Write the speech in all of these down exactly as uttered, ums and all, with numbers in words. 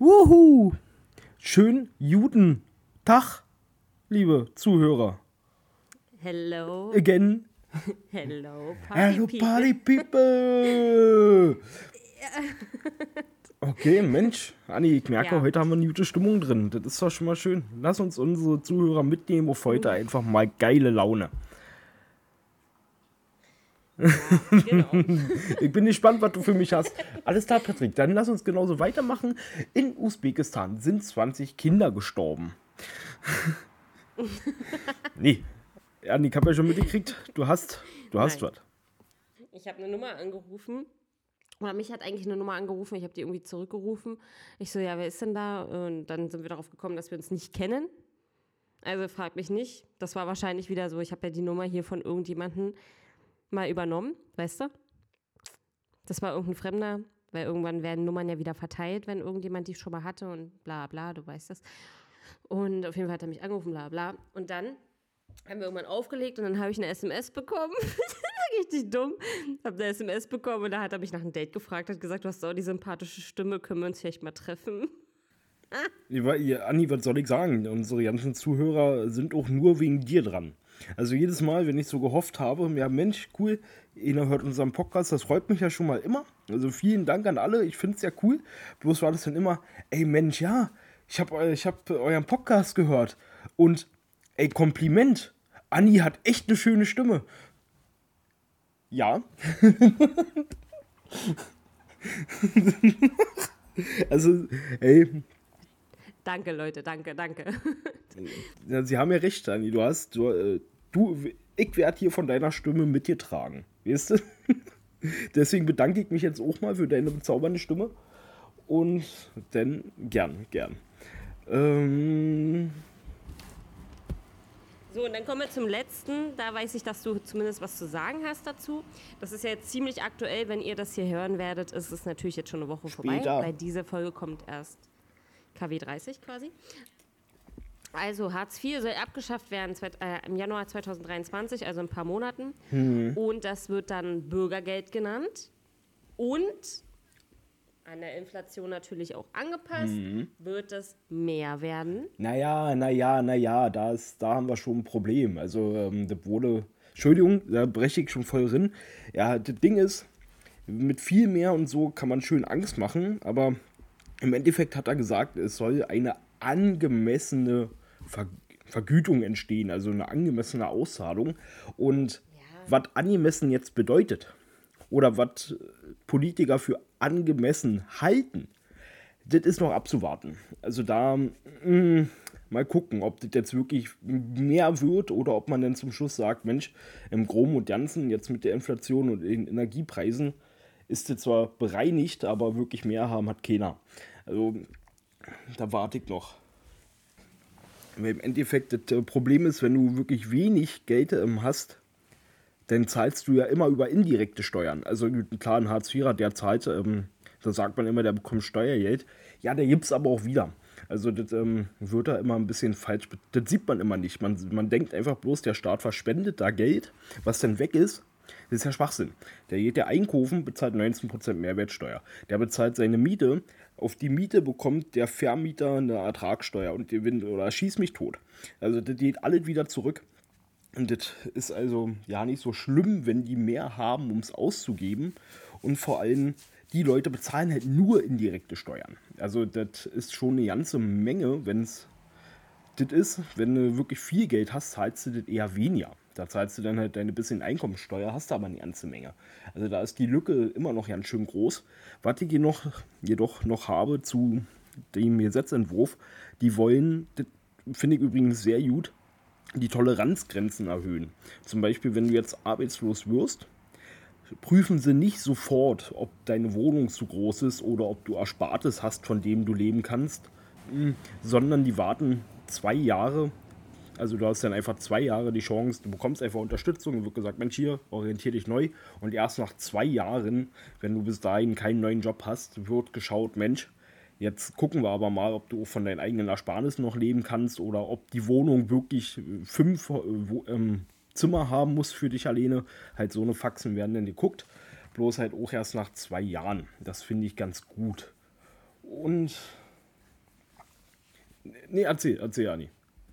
Wuhu! Schön Juden Tag, liebe Zuhörer. Hello. Again. Hello, Party Hello, People. Party People. Okay, Mensch, Anni, ich merke, Ja. heute haben wir eine gute Stimmung drin. Das ist doch schon mal schön. Lass uns unsere Zuhörer mitnehmen auf heute einfach mal geile Laune. Genau. Ich bin gespannt, was du für mich hast. Alles klar, Patrick, dann lass uns genauso weitermachen. In Usbekistan sind zwanzig Kinder gestorben. Nee, Anni, ich habe ja schon mitgekriegt, du hast, du hast Nein. was. Ich habe eine Nummer angerufen. Oder mich hat eigentlich eine Nummer angerufen. Ich habe die irgendwie zurückgerufen. Ich so, ja, wer ist denn da? Und dann sind wir darauf gekommen, dass wir uns nicht kennen. Also frag mich nicht. Das war wahrscheinlich wieder so, ich habe ja die Nummer hier von irgendjemandem mal übernommen, weißt du? Das war irgendein Fremder, weil irgendwann werden Nummern ja wieder verteilt, wenn irgendjemand die schon mal hatte und bla bla, du weißt das. Und auf jeden Fall hat er mich angerufen, bla bla. Und dann haben wir irgendwann aufgelegt und dann habe ich eine S M S bekommen. Richtig dumm. Habe eine S M S bekommen und da hat er mich nach einem Date gefragt, hat gesagt, du hast so die sympathische Stimme, können wir uns vielleicht mal treffen? Ja, ja, Anni, was soll ich sagen? Unsere ganzen Zuhörer sind auch nur wegen dir dran. Also jedes Mal, wenn ich so gehofft habe, ja Mensch, cool, einer hört unseren Podcast, das freut mich ja schon mal immer. Also vielen Dank an alle, ich finde es ja cool. Bloß war das dann immer, ey Mensch, ja, ich habe ich hab euren Podcast gehört und ey, Kompliment, Anni hat echt eine schöne Stimme. Ja. Also, ey, Danke, Leute, danke, danke. ja, Sie haben ja recht, Anni. Du hast, du, äh, du ich werde hier von deiner Stimme mitgetragen. Weißt du? Deswegen bedanke ich mich jetzt auch mal für deine bezaubernde Stimme. Und dann gern, gern. Ähm, So, und dann kommen wir zum letzten. Da weiß ich, dass du zumindest was zu sagen hast dazu. Das ist ja jetzt ziemlich aktuell. Wenn ihr das hier hören werdet, ist es natürlich jetzt schon eine Woche vorbei, Später. weil diese Folge kommt erst K W dreißig quasi. Also Hartz vier soll abgeschafft werden zweit- äh, im Januar zwanzig dreiundzwanzig, also in ein paar Monaten. Und das wird dann Bürgergeld genannt. Und an der Inflation natürlich auch angepasst, wird es mehr werden. naja, naja, naja, da, ist, da haben wir schon ein Problem. Also, ähm, das wurde. Entschuldigung, da breche ich schon voll drin. Ja, das Ding ist, mit viel mehr und so kann man schön Angst machen, aber im Endeffekt hat er gesagt, es soll eine angemessene Ver Vergütung entstehen, also eine angemessene Auszahlung. Und Ja. was angemessen jetzt bedeutet oder was Politiker für angemessen halten, das ist noch abzuwarten. Also da mh, mal gucken, ob das jetzt wirklich mehr wird oder ob man dann zum Schluss sagt, Mensch, im Groben und Ganzen, jetzt mit der Inflation und den Energiepreisen, ist das zwar bereinigt, aber wirklich mehr haben hat keiner. Also da warte ich noch. Weil im Endeffekt das äh, Problem ist, wenn du wirklich wenig Geld ähm, hast, dann zahlst du ja immer über indirekte Steuern. Also klar, ein Hartz-Vierer, der zahlt, ähm, da sagt man immer, der bekommt Steuergeld. Ja, der gibt es aber auch wieder. Also das ähm, wird da immer ein bisschen falsch, be- das sieht man immer nicht. Man, man denkt einfach bloß, der Staat verschwendet da Geld, was dann weg ist. Das ist ja Schwachsinn. Der geht der einkaufen, bezahlt neunzehn Prozent Mehrwertsteuer. Der bezahlt seine Miete. Auf die Miete bekommt der Vermieter eine Ertragssteuer und gewinnt oder schießt mich tot. Also das geht alles wieder zurück. Und das ist also ja nicht so schlimm, wenn die mehr haben, um es auszugeben. Und vor allem, die Leute bezahlen halt nur indirekte Steuern. Also das ist schon eine ganze Menge, wenn es das ist. Wenn du wirklich viel Geld hast, zahlst du das eher weniger. Da zahlst du dann halt deine bisschen Einkommensteuer, hast du aber eine ganze Menge. Also da ist die Lücke immer noch ganz schön groß. Was ich hier noch, jedoch noch habe zu dem Gesetzentwurf, die wollen, das finde ich übrigens sehr gut, die Toleranzgrenzen erhöhen. Zum Beispiel, wenn du jetzt arbeitslos wirst, prüfen sie nicht sofort, ob deine Wohnung zu groß ist oder ob du Erspartes hast, von dem du leben kannst, mh, sondern die warten zwei Jahre. Also du hast dann einfach zwei Jahre die Chance, du bekommst einfach Unterstützung und wird gesagt, Mensch, hier, orientier dich neu. Und erst nach zwei Jahren, wenn du bis dahin keinen neuen Job hast, wird geschaut, Mensch, jetzt gucken wir aber mal, ob du von deinen eigenen Ersparnissen noch leben kannst oder ob die Wohnung wirklich fünf äh, wo, ähm, Zimmer haben muss für dich alleine. Halt so eine Faxen werden dann geguckt. Bloß halt auch erst nach zwei Jahren. Das finde ich ganz gut. Und Nee, erzähl, erzähl, Anni.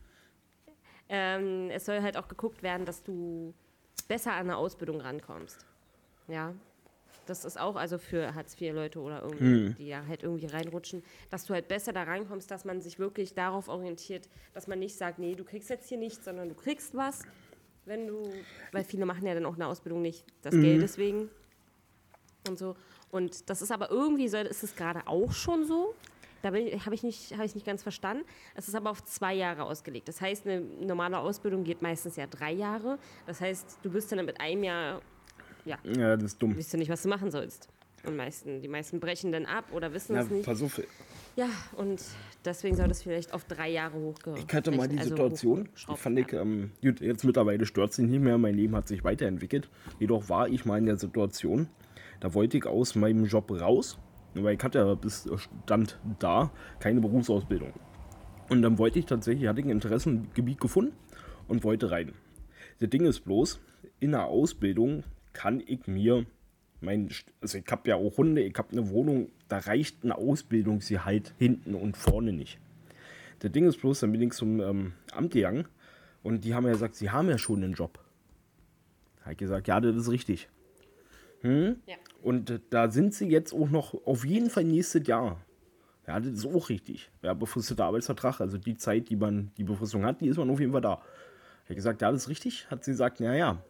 Ähm, es soll halt auch geguckt werden, dass du besser an eine Ausbildung rankommst. Ja. Das ist auch also für Hartz-vier-Leute oder irgendwie, hm. die da halt irgendwie reinrutschen, dass du halt besser da reinkommst, dass man sich wirklich darauf orientiert, dass man nicht sagt, nee, du kriegst jetzt hier nichts, sondern du kriegst was, wenn du, weil viele machen ja dann auch eine Ausbildung nicht das hm. Geld deswegen und so. Und das ist aber irgendwie, so, ist es gerade auch schon so, da habe ich, nicht, hab ich nicht ganz verstanden. Es ist aber auf zwei Jahre ausgelegt. Das heißt, eine normale Ausbildung geht meistens ja drei Jahre. Das heißt, du bist dann mit einem Jahr Ja. ja, das ist dumm. Weißt du nicht, was du machen sollst. Und meisten, die meisten brechen dann ab oder wissen ja, es nicht. Versuch. Ja, und deswegen soll das vielleicht auf drei Jahre hochgehen. Ich hatte mal die also Situation, die fand ich, ähm, gut, jetzt mittlerweile stört sie nicht mehr, mein Leben hat sich weiterentwickelt. Jedoch war ich mal in der Situation, da wollte ich aus meinem Job raus, weil ich hatte ja bis Stand da keine Berufsausbildung. Und dann wollte ich tatsächlich, hatte ich ein Interessengebiet gefunden und wollte rein. Das Ding ist bloß, in der Ausbildung kann ich mir, mein, also ich habe ja auch Hunde, ich habe eine Wohnung, da reicht ein Ausbildungsgehalt hinten und vorne nicht. Das Ding ist bloß, dann bin ich zum ähm, Amt gegangen und die haben ja gesagt, sie haben ja schon einen Job. Da habe ich gesagt, ja, das ist richtig. Hm? Ja. Und äh, da sind sie jetzt auch noch auf jeden Fall nächstes Jahr. Ja, das ist auch richtig. Ja, befristeter Arbeitsvertrag, also die Zeit, die man die Befristung hat, die ist man auf jeden Fall da. Ich habe gesagt, ja, das ist richtig. Hat sie gesagt, ja, ja.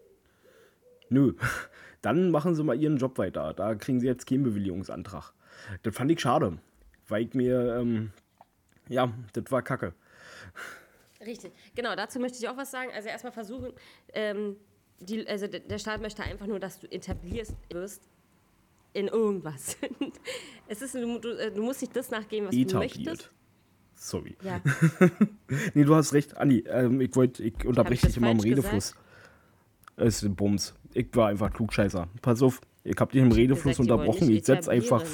Nö, dann machen sie mal ihren Job weiter. Da kriegen sie jetzt keinen Bewilligungsantrag. Das fand ich schade, weil ich mir, ähm, ja, das war Kacke. Richtig, genau, dazu möchte ich auch was sagen. Also erstmal versuchen, ähm, die, also der Staat möchte einfach nur, dass du etabliert wirst in irgendwas. Es ist, du, du, du musst nicht das nachgehen, was etabliert. Du möchtest. Sorry. Ja. Nee, du hast recht, Anni. Ähm, ich wollte, ich unterbreche dich immer im Redefluss. Es ist Bums. Ich war einfach Klugscheißer. Pass auf, ich hab dich im Redefluss gesagt, unterbrochen. Ich setz einfach.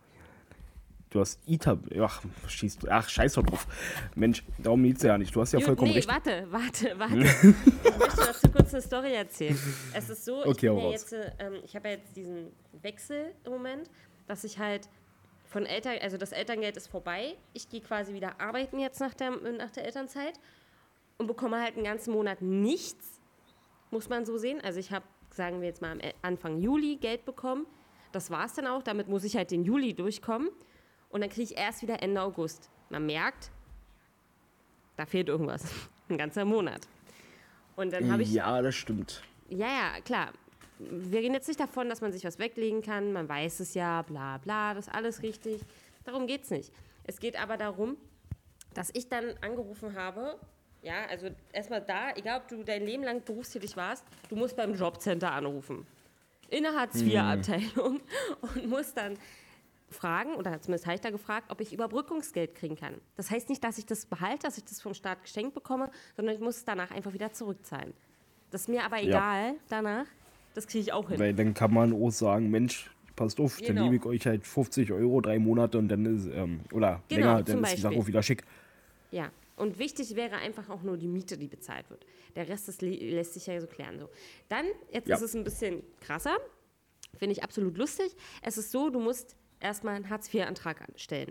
Du hast Ita. Ach, schieß, ach, scheiß doch drauf. Mensch, darum geht's ja nicht. Du hast ja Gut, vollkommen nee, recht. Warte, warte, warte. Ich möchte dazu kurz eine Story erzählen. Es ist so, ich, okay, bin ja jetzt, ähm, ich habe ja jetzt diesen Wechsel im Moment, dass ich halt von Eltern, also das Elterngeld ist vorbei. Ich gehe quasi wieder arbeiten jetzt nach der, nach der Elternzeit und bekomme halt einen ganzen Monat nichts, muss man so sehen. Also ich habe, sagen wir jetzt mal am Anfang Juli Geld bekommen. Das war es dann auch. Damit muss ich halt den Juli durchkommen. Und dann kriege ich erst wieder Ende August. Man merkt, da fehlt irgendwas. Ein ganzer Monat. Und dann habe ich... Ja, das stimmt. Ja, ja, klar. Wir reden jetzt nicht davon, dass man sich was weglegen kann. Man weiß es ja, bla bla, das ist alles richtig. Darum geht es nicht. Es geht aber darum, dass ich dann angerufen habe, ja, also erstmal da, egal ob du dein Leben lang berufstätig warst, du musst beim Jobcenter anrufen. In der Hartz vier Abteilung und musst dann fragen, oder zumindest habe ich da gefragt, ob ich Überbrückungsgeld kriegen kann. Das heißt nicht, dass ich das behalte, dass ich das vom Staat geschenkt bekomme, sondern ich muss es danach einfach wieder zurückzahlen. Das ist mir aber egal, ja. Danach, das kriege ich auch hin. Weil dann kann man auch sagen, Mensch, passt auf, genau. Dann gebe ich euch halt fünfzig Euro, drei Monate und dann ist, ähm, oder genau, länger, dann ist die Sache auch wieder schick. Ja, und wichtig wäre einfach auch nur die Miete, die bezahlt wird. Der Rest das lässt sich ja so klären. So. Dann, jetzt ja. ist es ein bisschen krasser, finde ich absolut lustig. Es ist so, du musst erstmal einen Hartz vier Antrag stellen.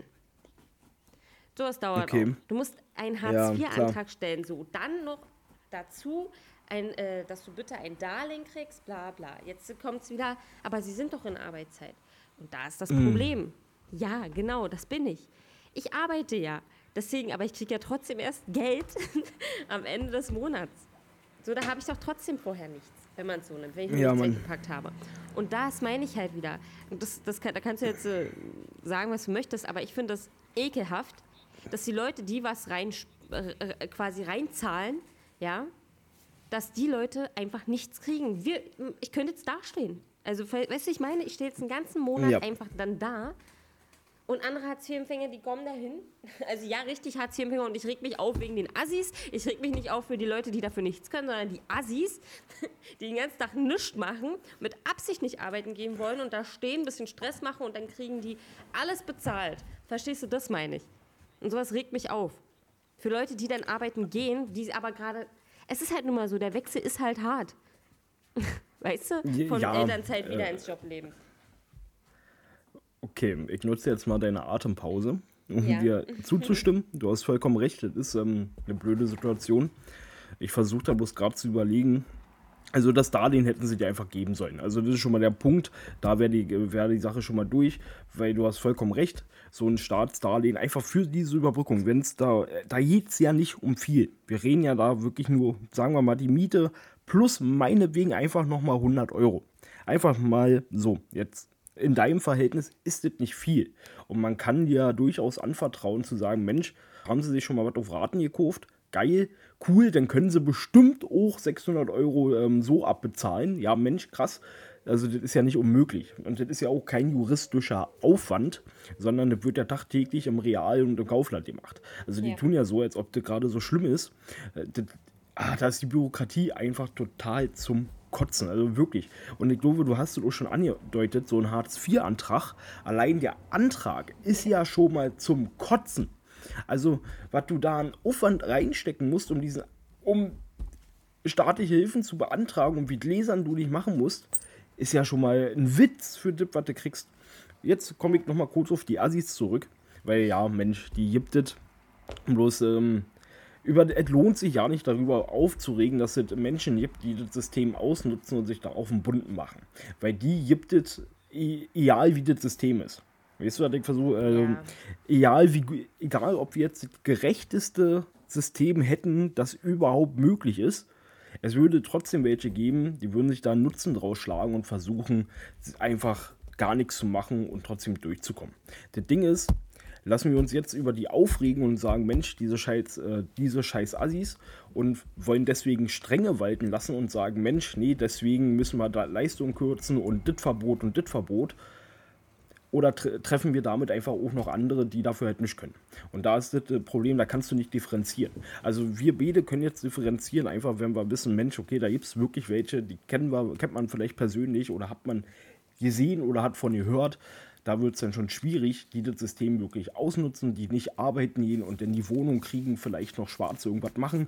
So, das dauert okay. auch. Du musst einen Hartz vier Antrag ja, stellen. So, dann noch dazu, ein, äh, dass du bitte ein Darlehen kriegst, bla bla. Jetzt kommt es wieder, aber sie sind doch in Arbeitszeit. Und da ist das mm. Problem. Ja, genau, das bin ich. Ich arbeite ja. Deswegen, aber ich kriege ja trotzdem erst Geld am Ende des Monats. So, da habe ich doch trotzdem vorher nichts, wenn man es so nimmt, wenn ich mir ja, nichts weggepackt habe. Und das meine ich halt wieder. Und das, das kann, da kannst du jetzt äh, sagen, was du möchtest, aber ich finde das ekelhaft, dass die Leute, die was rein, äh, quasi reinzahlen, ja, dass die Leute einfach nichts kriegen. Wir, ich könnte jetzt dastehen. Also, weißt du, ich meine, ich stehe jetzt einen ganzen Monat ja. einfach dann da. Und andere Hartz vier Empfänger, die kommen dahin. Also ja, richtig Hartz vier Empfänger und ich reg mich auf wegen den Assis. Ich reg mich nicht auf für die Leute, die dafür nichts können, sondern die Assis, die den ganzen Tag nichts machen, mit Absicht nicht arbeiten gehen wollen und da stehen, ein bisschen Stress machen und dann kriegen die alles bezahlt. Verstehst du, das meine ich. Und sowas regt mich auf. Für Leute, die dann arbeiten gehen, die aber gerade... Es ist halt nun mal so, der Wechsel ist halt hart. Weißt du? Von ja, Elternzeit wieder äh, ins Jobleben. Okay, ich nutze jetzt mal deine Atempause, um Ja. dir zuzustimmen. Du hast vollkommen recht, das ist ähm, eine blöde Situation. Ich versuche da bloß gerade zu überlegen. Also das Darlehen hätten sie dir einfach geben sollen. Also das ist schon mal der Punkt, da wäre die, wär die Sache schon mal durch, weil du hast vollkommen recht. So ein Staatsdarlehen einfach für diese Überbrückung, wenn es da, da geht es ja nicht um viel. Wir reden ja da wirklich nur, sagen wir mal, die Miete plus meinetwegen einfach nochmal hundert Euro. Einfach mal so, jetzt in deinem Verhältnis ist das nicht viel. Und man kann dir durchaus anvertrauen zu sagen, Mensch, haben sie sich schon mal was auf Raten gekauft? Geil, cool, dann können sie bestimmt auch sechshundert Euro ähm, so abbezahlen. Ja, Mensch, krass. Also das ist ja nicht unmöglich. Und das ist ja auch kein juristischer Aufwand, sondern das wird ja tagtäglich im Real- und im Kaufland gemacht. Also die Ja. tun ja so, als ob das gerade so schlimm ist. Äh, Das, ah, da ist die Bürokratie einfach total zum Kotzen, also wirklich. Und ich glaube, du hast es auch schon angedeutet, so ein Hartz vier Antrag, allein der Antrag ist ja schon mal zum Kotzen. Also, was du da an Aufwand reinstecken musst, um diesen, um staatliche Hilfen zu beantragen und wie gläsern du dich machen musst, ist ja schon mal ein Witz für das, was du kriegst. Jetzt komme ich nochmal kurz auf die Assis zurück, weil ja, Mensch, die gibt es. Bloß, ähm, über, es lohnt sich ja nicht darüber aufzuregen, dass es Menschen gibt, die das System ausnutzen und sich da auf den Bunten machen. Weil die gibt es, e- egal wie das System ist. Weißt du, was ich versuche? Also, Ja. egal, wie, egal, ob wir jetzt das gerechteste System hätten, das überhaupt möglich ist, es würde trotzdem welche geben, die würden sich da einen Nutzen draus schlagen und versuchen, einfach gar nichts zu machen und trotzdem durchzukommen. Das Ding ist, lassen wir uns jetzt über die aufregen und sagen, Mensch, diese scheiß, äh, diese scheiß Assis und wollen deswegen Strenge walten lassen und sagen, Mensch, nee, deswegen müssen wir da Leistung kürzen und dit Verbot und dit Verbot. Oder tre treffen wir damit einfach auch noch andere, die dafür halt nicht können. Und da ist das äh, Problem, da kannst du nicht differenzieren. Also wir beide können jetzt differenzieren, einfach wenn wir wissen, Mensch, okay, da gibt es wirklich welche, die kennen wir, kennt man vielleicht persönlich oder hat man gesehen oder hat von gehört. Da wird es dann schon schwierig, die das System wirklich ausnutzen, die nicht arbeiten gehen und in die Wohnung kriegen, vielleicht noch schwarz irgendwas machen.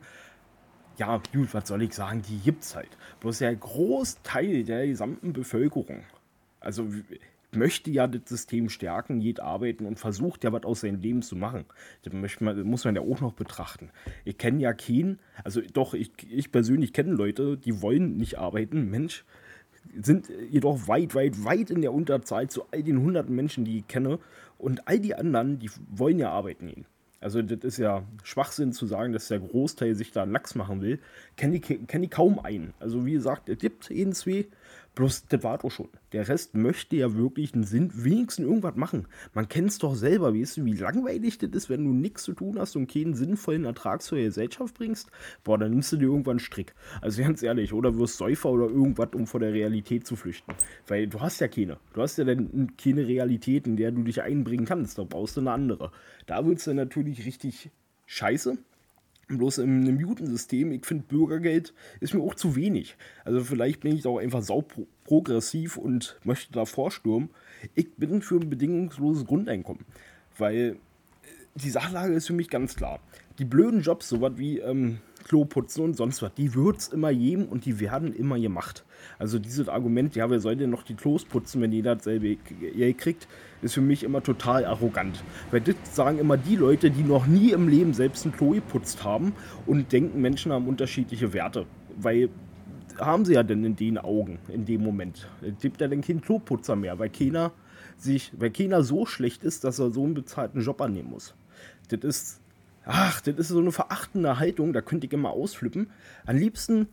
Ja, gut, was soll ich sagen, die gibt's halt. Bloß der Großteil der gesamten Bevölkerung, also w- möchte ja das System stärken, geht arbeiten und versucht ja was aus seinem Leben zu machen. Das möchte man, das muss man ja auch noch betrachten. Ich kenne ja keinen, also doch, ich, ich persönlich kenne Leute, die wollen nicht arbeiten, Mensch, sind jedoch weit, weit, weit in der Unterzahl zu all den hunderten Menschen, die ich kenne. Und all die anderen, die wollen ja arbeiten gehen. Also das ist ja Schwachsinn zu sagen, dass der Großteil sich da einen Lachs machen will. Kenne ich, kenn ich kaum einen. Also wie gesagt, es gibt einen, zwei, bloß das war doch schon. Der Rest möchte ja wirklich einen Sinn, wenigstens irgendwas machen. Man kennt es doch selber, weißt du, wie langweilig das ist, wenn du nichts zu tun hast und keinen sinnvollen Ertrag zur Gesellschaft bringst. Boah, dann nimmst du dir irgendwann einen Strick. Also ganz ehrlich, oder wirst Säufer oder irgendwas, um vor der Realität zu flüchten. Weil du hast ja keine. Du hast ja dann keine Realität, in der du dich einbringen kannst. Da brauchst du eine andere. Da wird es dann natürlich richtig scheiße. Bloß im, im Newton-System, ich finde, Bürgergeld ist mir auch zu wenig. Also vielleicht bin ich da auch einfach sauprogressiv und möchte da vorstürmen. Ich bin für ein bedingungsloses Grundeinkommen. Weil die Sachlage ist für mich ganz klar. Die blöden Jobs, sowas wie ähm, Kloputzen und sonst was, die wird es immer geben und die werden immer gemacht. Also dieses Argument, ja, wer soll denn noch die Klos putzen, wenn jeder dasselbe Geld kriegt, ist für mich immer total arrogant. Weil das sagen immer die Leute, die noch nie im Leben selbst ein Klo geputzt haben und denken, Menschen haben unterschiedliche Werte. Weil haben sie ja denn in den Augen, in dem Moment. Es gibt ja dann keinen Kloputzer mehr, weil keiner sich, weil keiner so schlecht ist, dass er so einen bezahlten Job annehmen muss. Das ist, ach, das ist so eine verachtende Haltung, da könnte ich immer ausflippen. Am liebsten,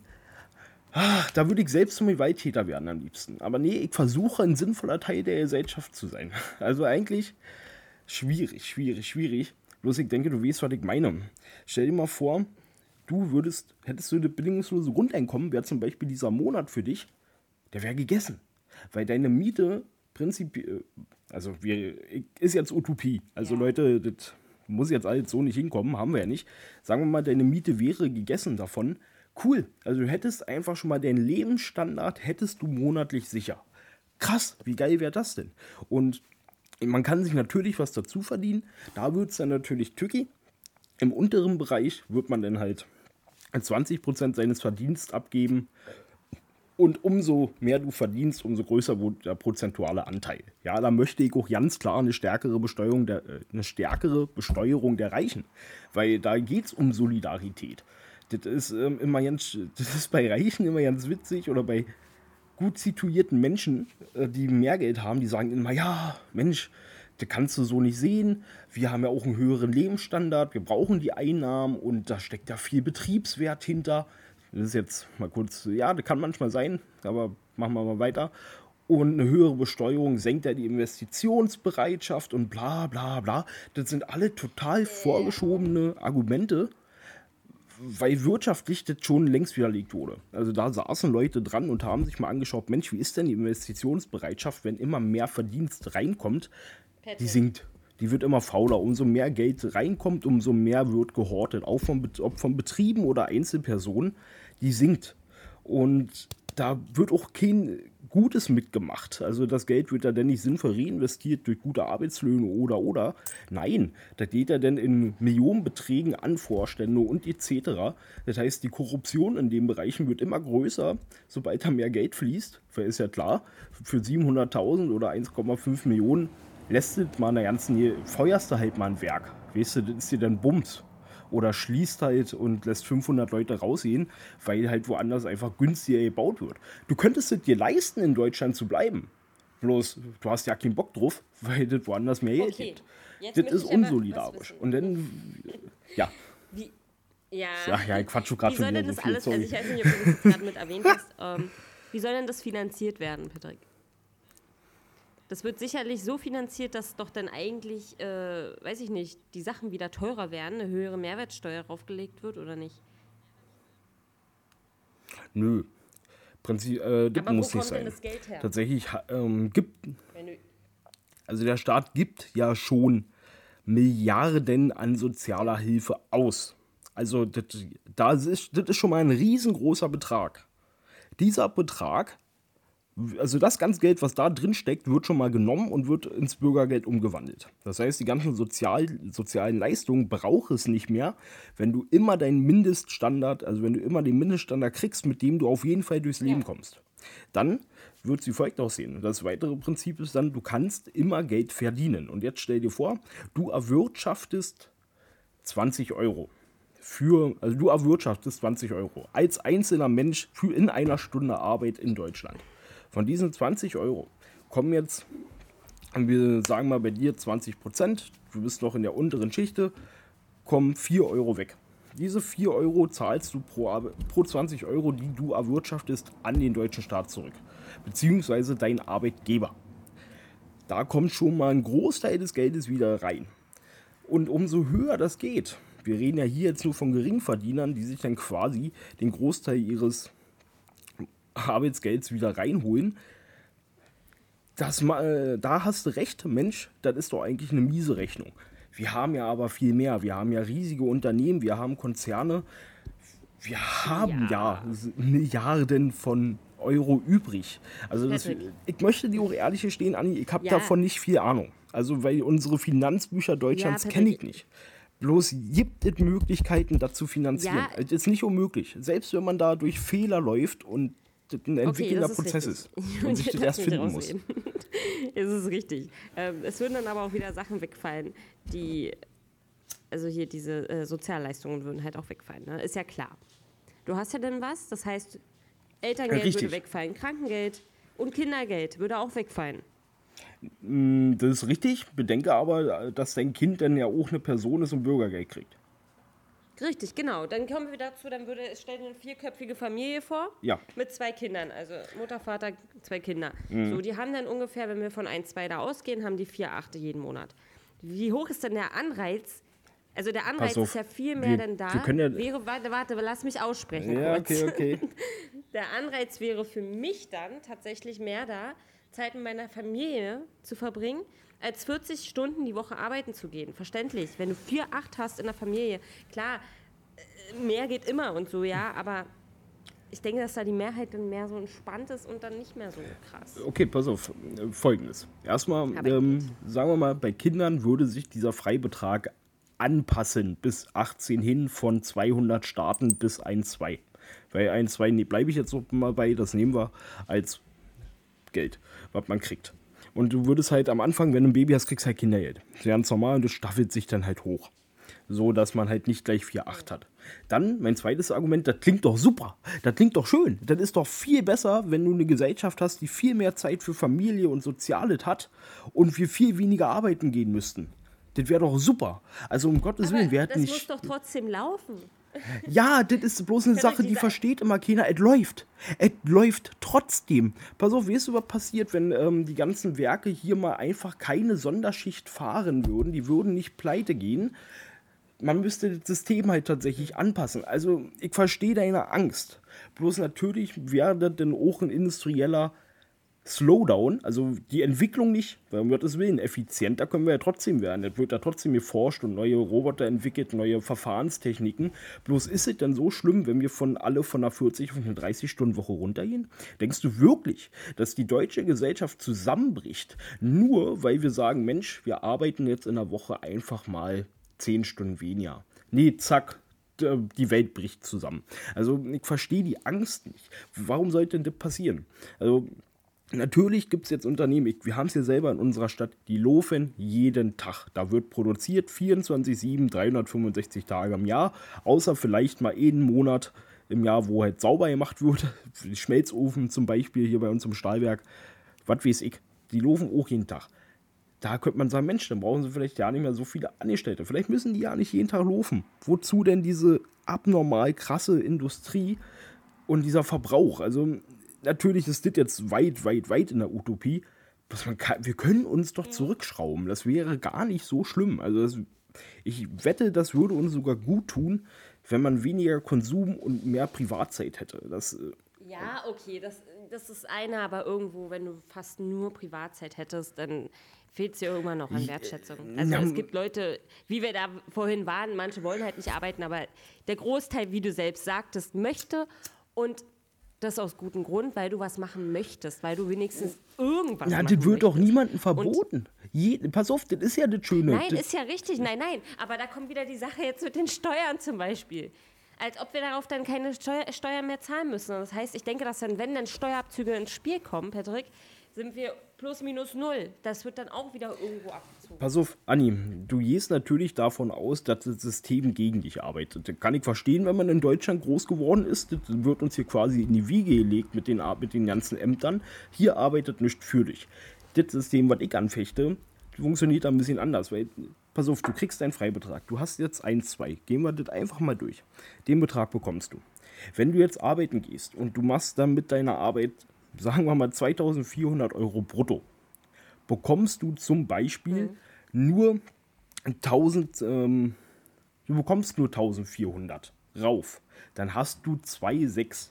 ach, da würde ich selbst zum Gewalttäter werden am liebsten. Aber nee, ich versuche ein sinnvoller Teil der Gesellschaft zu sein. Also eigentlich schwierig, schwierig, schwierig. Bloß ich denke, du weißt, was ich meine. Stell dir mal vor, du würdest, hättest du das bedingungslose Grundeinkommen, wäre zum Beispiel dieser Monat für dich, der wäre gegessen. Weil deine Miete prinzipiell, also wir, ist jetzt Utopie. Also Ja. Leute, das muss jetzt alles so nicht hinkommen, haben wir ja nicht. Sagen wir mal, deine Miete wäre gegessen davon. Cool, also du hättest einfach schon mal deinen Lebensstandard, hättest du monatlich sicher. Krass, wie geil wäre das denn? Und man kann sich natürlich was dazu verdienen. Da wird es dann natürlich tücki. Im unteren Bereich wird man dann halt zwanzig Prozent seines Verdienstes abgeben. Und umso mehr du verdienst, umso größer wird der prozentuale Anteil. Ja, da möchte ich auch ganz klar eine stärkere Besteuerung der, äh, eine stärkere Besteuerung der Reichen. Weil da geht es um Solidarität. Das ist, ähm, immer ganz, das ist bei Reichen immer ganz witzig oder bei gut situierten Menschen, äh, die mehr Geld haben, die sagen immer, ja, Mensch, das kannst du so nicht sehen. Wir haben ja auch einen höheren Lebensstandard, wir brauchen die Einnahmen und da steckt ja viel Betriebswert hinter. Das ist jetzt mal kurz, ja, das kann manchmal sein, aber machen wir mal weiter. Und eine höhere Besteuerung senkt ja die Investitionsbereitschaft und bla bla bla. Das sind alle total vorgeschobene Argumente, weil wirtschaftlich das schon längst widerlegt wurde. Also da saßen Leute dran und haben sich mal angeschaut, Mensch, wie ist denn die Investitionsbereitschaft, wenn immer mehr Verdienst reinkommt? Die sinkt. Die wird immer fauler. Umso mehr Geld reinkommt, umso mehr wird gehortet. Auch von, ob von Betrieben oder Einzelpersonen, die sinkt. Und da wird auch kein Gutes mitgemacht. Also das Geld wird da denn nicht sinnvoll reinvestiert durch gute Arbeitslöhne oder oder. Nein, da geht er denn in Millionenbeträgen an Vorstände und et cetera. Das heißt, die Korruption in den Bereichen wird immer größer, sobald da mehr Geld fließt. Weil ist ja klar, für siebenhunderttausend oder eins Komma fünf Millionen lässt du mal in der ganzen Nähe, feuerst du halt mal ein Werk. Weißt du, das ist dir dann Bums. Oder schließt halt und lässt fünfhundert Leute rausgehen, weil halt woanders einfach günstiger gebaut wird. Du könntest es dir leisten, in Deutschland zu bleiben. Bloß, du hast ja keinen Bock drauf, weil das woanders mehr Geld Okay, gibt. jetzt Das möchte ist ich aber was unsolidarisch. wissen. Und dann, ja, Wie, ja, ja, ja ich quatsch schon gerade wie schon soll wieder denn so das viel, alles, also sorry. ich weiß nicht, ob du das gerade mit erwähnt hast, ähm, wie soll denn das finanziert werden, Patrick? Das wird sicherlich so finanziert, dass doch dann eigentlich, äh, weiß ich nicht, die Sachen wieder teurer werden, eine höhere Mehrwertsteuer draufgelegt wird oder nicht? Nö, Prinzip, äh, das Aber wo muss nicht kommt denn sein. das Geld her? Tatsächlich ha- ähm, gibt, Wenn du, also der Staat gibt ja schon Milliarden an sozialer Hilfe aus. Also das, das, ist, das ist schon mal ein riesengroßer Betrag. Dieser Betrag, also das ganze Geld, was da drin steckt, wird schon mal genommen und wird ins Bürgergeld umgewandelt. Das heißt, die ganzen Sozial, sozialen Leistungen braucht es nicht mehr, wenn du immer deinen Mindeststandard, also wenn du immer den Mindeststandard kriegst, mit dem du auf jeden Fall durchs Leben Ja. kommst. Dann wird es wie folgt aussehen. Das weitere Prinzip ist dann, du kannst immer Geld verdienen. Und jetzt stell dir vor, du erwirtschaftest zwanzig Euro. Für, also du erwirtschaftest zwanzig Euro als einzelner Mensch für in einer Stunde Arbeit in Deutschland. Von diesen zwanzig Euro kommen jetzt, wir sagen mal bei dir zwanzig Prozent, du bist noch in der unteren Schichte, kommen vier Euro weg. Diese vier Euro zahlst du pro, Arbe- pro zwanzig Euro, die du erwirtschaftest, an den deutschen Staat zurück. Beziehungsweise dein Arbeitgeber. Da kommt schon mal ein Großteil des Geldes wieder rein. Und umso höher das geht, wir reden ja hier jetzt nur von Geringverdienern, die sich dann quasi den Großteil ihres Arbeitsgelds wieder reinholen. Das, ma- äh, da hast du recht, Mensch, das ist doch eigentlich eine miese Rechnung. Wir haben ja aber viel mehr. Wir haben ja riesige Unternehmen, wir haben Konzerne, wir haben ja, Ja. s- Milliarden von Euro übrig. Also das, Patrick. ich möchte dir auch ehrlich gestehen, Anni, ich habe Ja. davon nicht viel Ahnung. Also weil unsere Finanzbücher Deutschlands Ja, kenne Patrick. ich nicht. Bloß gibt es Möglichkeiten, das zu finanzieren. Ja. Es ist nicht unmöglich. Selbst wenn man da durch Fehler läuft und das ein entwickelnder das ist Prozess richtig. ist und sich das Lass erst mich finden muss. rausreden. Es ist richtig. Ähm, es würden dann aber auch wieder Sachen wegfallen, die, also hier diese äh, Sozialleistungen würden halt auch wegfallen. Ne? Ist ja klar. Du hast ja dann was, das heißt, Elterngeld Richtig. würde wegfallen, Krankengeld und Kindergeld würde auch wegfallen. Das ist richtig. Bedenke aber, dass dein Kind dann ja auch eine Person ist und Bürgergeld kriegt. Richtig, genau. Dann kommen wir dazu, dann würde es stell dir eine vierköpfige Familie vor. Ja. Mit zwei Kindern, also Mutter, Vater, zwei Kinder. Mhm. So, die haben dann ungefähr, wenn wir von ein, zwei da ausgehen, haben die vier Achte jeden Monat. Wie hoch ist denn der Anreiz? Also der Anreiz Pass auf, ist ja viel mehr wir- denn da. wir können ja- wäre, warte, warte, lass mich aussprechen Ja, kurz. okay, okay. Der Anreiz wäre für mich dann tatsächlich mehr da, Zeit mit meiner Familie zu verbringen, als vierzig Stunden die Woche arbeiten zu gehen. Verständlich. Wenn du vier, acht hast in der Familie, klar, äh, mehr geht immer und so, ja, aber ich denke, dass da die Mehrheit dann mehr so entspannt ist und dann nicht mehr so krass. Okay, pass auf. äh, Folgendes. Erstmal, Aber ähm, sagen wir mal, bei Kindern würde sich dieser Freibetrag anpassen bis achtzehn hin von zweihundert starten bis eins Komma zwei. Weil ein, zwei ne, bleibe ich jetzt noch mal bei, das nehmen wir als Geld, was man kriegt. Und du würdest halt am Anfang, wenn du ein Baby hast, kriegst du halt Kindergeld. Das ist ganz normal und das staffelt sich dann halt hoch. So, dass man halt nicht gleich vier Komma acht hat. Dann mein zweites Argument, das klingt doch super, das klingt doch schön. Das ist doch viel besser, wenn du eine Gesellschaft hast, die viel mehr Zeit für Familie und Soziales hat und wir viel weniger arbeiten gehen müssten. Das wäre doch super. Also um Gottes Aber Willen, wir das hätten muss nicht... doch trotzdem laufen. Ja, das ist bloß eine Ja, Sache, die diese- versteht immer keiner. Es läuft. Es läuft trotzdem. Pass auf, weißt du, was passiert, wenn ähm, die ganzen Werke hier mal einfach keine Sonderschicht fahren würden? Die würden nicht pleite gehen. Man müsste das System halt tatsächlich anpassen. Also, ich verstehe deine Angst. Bloß natürlich wäre das dann auch ein industrieller Slowdown, also die Entwicklung nicht, weil um Gottes Willen, effizienter können wir ja trotzdem werden. Es wird da trotzdem geforscht und neue Roboter entwickelt, neue Verfahrenstechniken. Bloß ist es dann so schlimm, wenn wir von alle von einer vierzig auf eine dreißig-Stunden-Woche runtergehen? Denkst du wirklich, dass die deutsche Gesellschaft zusammenbricht, nur weil wir sagen, Mensch, wir arbeiten jetzt in der Woche einfach mal zehn Stunden weniger? Nee, zack, d- die Welt bricht zusammen. Also ich verstehe die Angst nicht. Warum sollte denn das passieren? Also natürlich gibt es jetzt Unternehmen, ich, wir haben es hier selber in unserer Stadt, die laufen jeden Tag. Da wird produziert vierundzwanzig sieben, dreihundertfünfundsechzig Tage im Jahr, außer vielleicht mal einen Monat im Jahr, wo halt sauber gemacht wird. Die Schmelzofen zum Beispiel hier bei uns im Stahlwerk, was weiß ich, die laufen auch jeden Tag. Da könnte man sagen, Mensch, dann brauchen sie vielleicht ja nicht mehr so viele Angestellte. Vielleicht müssen die ja nicht jeden Tag laufen. Wozu denn diese abnormal krasse Industrie und dieser Verbrauch? Also natürlich ist das jetzt weit, weit, weit in der Utopie. Was man kann, wir können uns doch zurückschrauben. Das wäre gar nicht so schlimm. Also das, ich wette, das würde uns sogar gut tun, wenn man weniger Konsum und mehr Privatzeit hätte. Das, äh, Ja, okay, das, das ist eine, aber irgendwo, wenn du fast nur Privatzeit hättest, dann fehlt es dir irgendwann noch an Wertschätzung. Also ja, es gibt Leute, wie wir da vorhin waren, manche wollen halt nicht arbeiten, aber der Großteil, wie du selbst sagtest, möchte und das aus gutem Grund, weil du was machen möchtest, weil du wenigstens irgendwas ja, machen das wird doch möchtest. niemandem verboten. Je, pass auf, das ist ja das Schöne. Nein, das, ist ja richtig, nein, nein. Aber da kommt wieder die Sache jetzt mit den Steuern zum Beispiel. Als ob wir darauf dann keine Steuer, Steuern mehr zahlen müssen. Und das heißt, ich denke, dass dann, wenn dann Steuerabzüge ins Spiel kommen, Patrick, sind wir plus minus null. Das wird dann auch wieder irgendwo abgezogen. Pass auf, Anni, du gehst natürlich davon aus, dass das System gegen dich arbeitet. Das kann ich verstehen, wenn man in Deutschland groß geworden ist. Das wird uns hier quasi in die Wiege gelegt mit den, mit den ganzen Ämtern. Hier arbeitet nichts für dich. Das System, was ich anfechte, funktioniert ein bisschen anders. Weil, pass auf, du kriegst deinen Freibetrag. Du hast jetzt eins, zwei. Gehen wir das einfach mal durch. Den Betrag bekommst du. Wenn du jetzt arbeiten gehst und du machst dann mit deiner Arbeit, sagen wir mal, zweitausendvierhundert Euro brutto, bekommst du zum Beispiel mhm. nur tausend, ähm, du bekommst nur eintausendvierhundert rauf. Dann hast du zwei Komma sechs.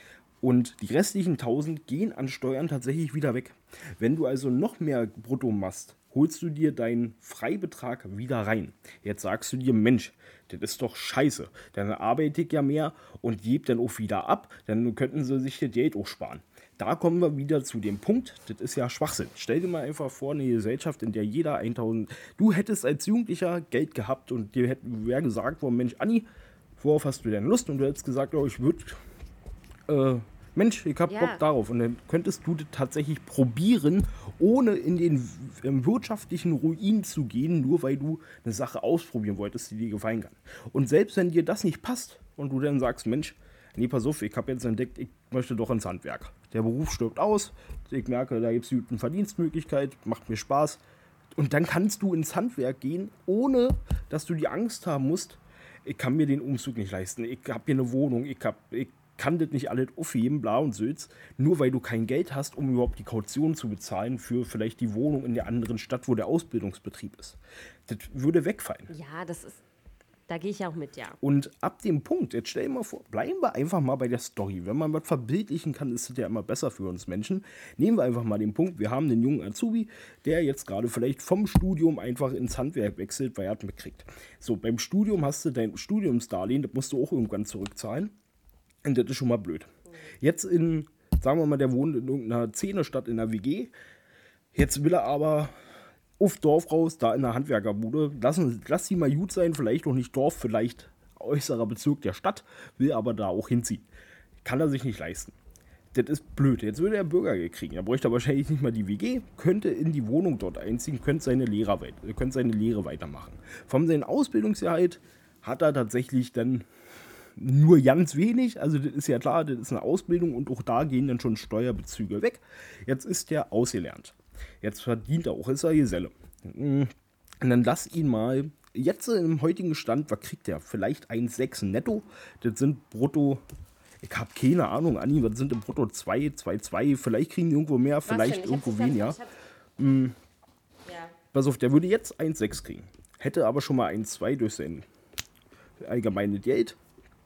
Und die restlichen tausend gehen an Steuern tatsächlich wieder weg. Wenn du also noch mehr brutto machst, holst du dir deinen Freibetrag wieder rein. Jetzt sagst du dir, Mensch, das ist doch scheiße. Dann arbeite ich ja mehr und gebe dann auch wieder ab. Dann könnten sie sich das Geld auch sparen. Da kommen wir wieder zu dem Punkt, das ist ja Schwachsinn. Stell dir mal einfach vor, eine Gesellschaft, in der jeder eintausend... Du hättest als Jugendlicher Geld gehabt und dir wäre gesagt worden, Mensch, Anni, worauf hast du denn Lust? Und du hättest gesagt, oh, ich würde... Äh, Mensch, ich hab Ja. Bock darauf. Und dann könntest du das tatsächlich probieren, ohne in den ähm, wirtschaftlichen Ruin zu gehen, nur weil du eine Sache ausprobieren wolltest, die dir gefallen kann. Und selbst wenn dir das nicht passt und du dann sagst, Mensch, nee, pass auf, ich habe jetzt entdeckt, ich möchte doch ins Handwerk. Der Beruf stirbt aus, ich merke, da gibt es eine Verdienstmöglichkeit, macht mir Spaß. Und dann kannst du ins Handwerk gehen, ohne dass du die Angst haben musst, ich kann mir den Umzug nicht leisten, ich habe hier eine Wohnung, ich, hab, ich kann das nicht alles aufheben, bla und Sülz, nur weil du kein Geld hast, um überhaupt die Kaution zu bezahlen für vielleicht die Wohnung in der anderen Stadt, wo der Ausbildungsbetrieb ist. Das würde wegfallen. Ja, das ist, da gehe ich ja auch mit, ja. Und ab dem Punkt, jetzt stell dir mal vor, bleiben wir einfach mal bei der Story. Wenn man was verbildlichen kann, ist es ja immer besser für uns Menschen. Nehmen wir einfach mal den Punkt, wir haben einen jungen Azubi, der jetzt gerade vielleicht vom Studium einfach ins Handwerk wechselt, weil er es mitkriegt. So, beim Studium hast du dein Studiumsdarlehen, das musst du auch irgendwann zurückzahlen. Und das ist schon mal blöd. Jetzt in, sagen wir mal, der wohnt in irgendeiner Zehnerstadt in der W G. Jetzt will er aber auf Dorf raus, da in der Handwerkerbude. Lass, lass sie mal gut sein, vielleicht auch nicht Dorf, vielleicht äußerer Bezirk der Stadt, will aber da auch hinziehen. Kann er sich nicht leisten. Das ist blöd. Jetzt würde er Bürgergeld kriegen. Er bräuchte wahrscheinlich nicht mal die W G, könnte in die Wohnung dort einziehen, könnte seine Lehre, weit, könnte seine Lehre weitermachen. Von seinem Ausbildungsgehalt hat er tatsächlich dann nur ganz wenig. Also das ist ja klar, das ist eine Ausbildung und auch da gehen dann schon Steuerbezüge weg. Jetzt ist er ausgelernt. Jetzt verdient er auch, ist er Geselle. Und dann lass ihn mal, jetzt im heutigen Stand, was kriegt er? Vielleicht eins Komma sechs netto. Das sind brutto... Ich habe keine Ahnung, Anni, was sind im Brutto zwei, zwei Komma zwei, vielleicht kriegen die irgendwo mehr, vielleicht irgendwo weniger. Mm. Ja. Pass auf, der würde jetzt eins Komma sechs kriegen. Hätte aber schon mal eins Komma zwei durch sein allgemeine Geld.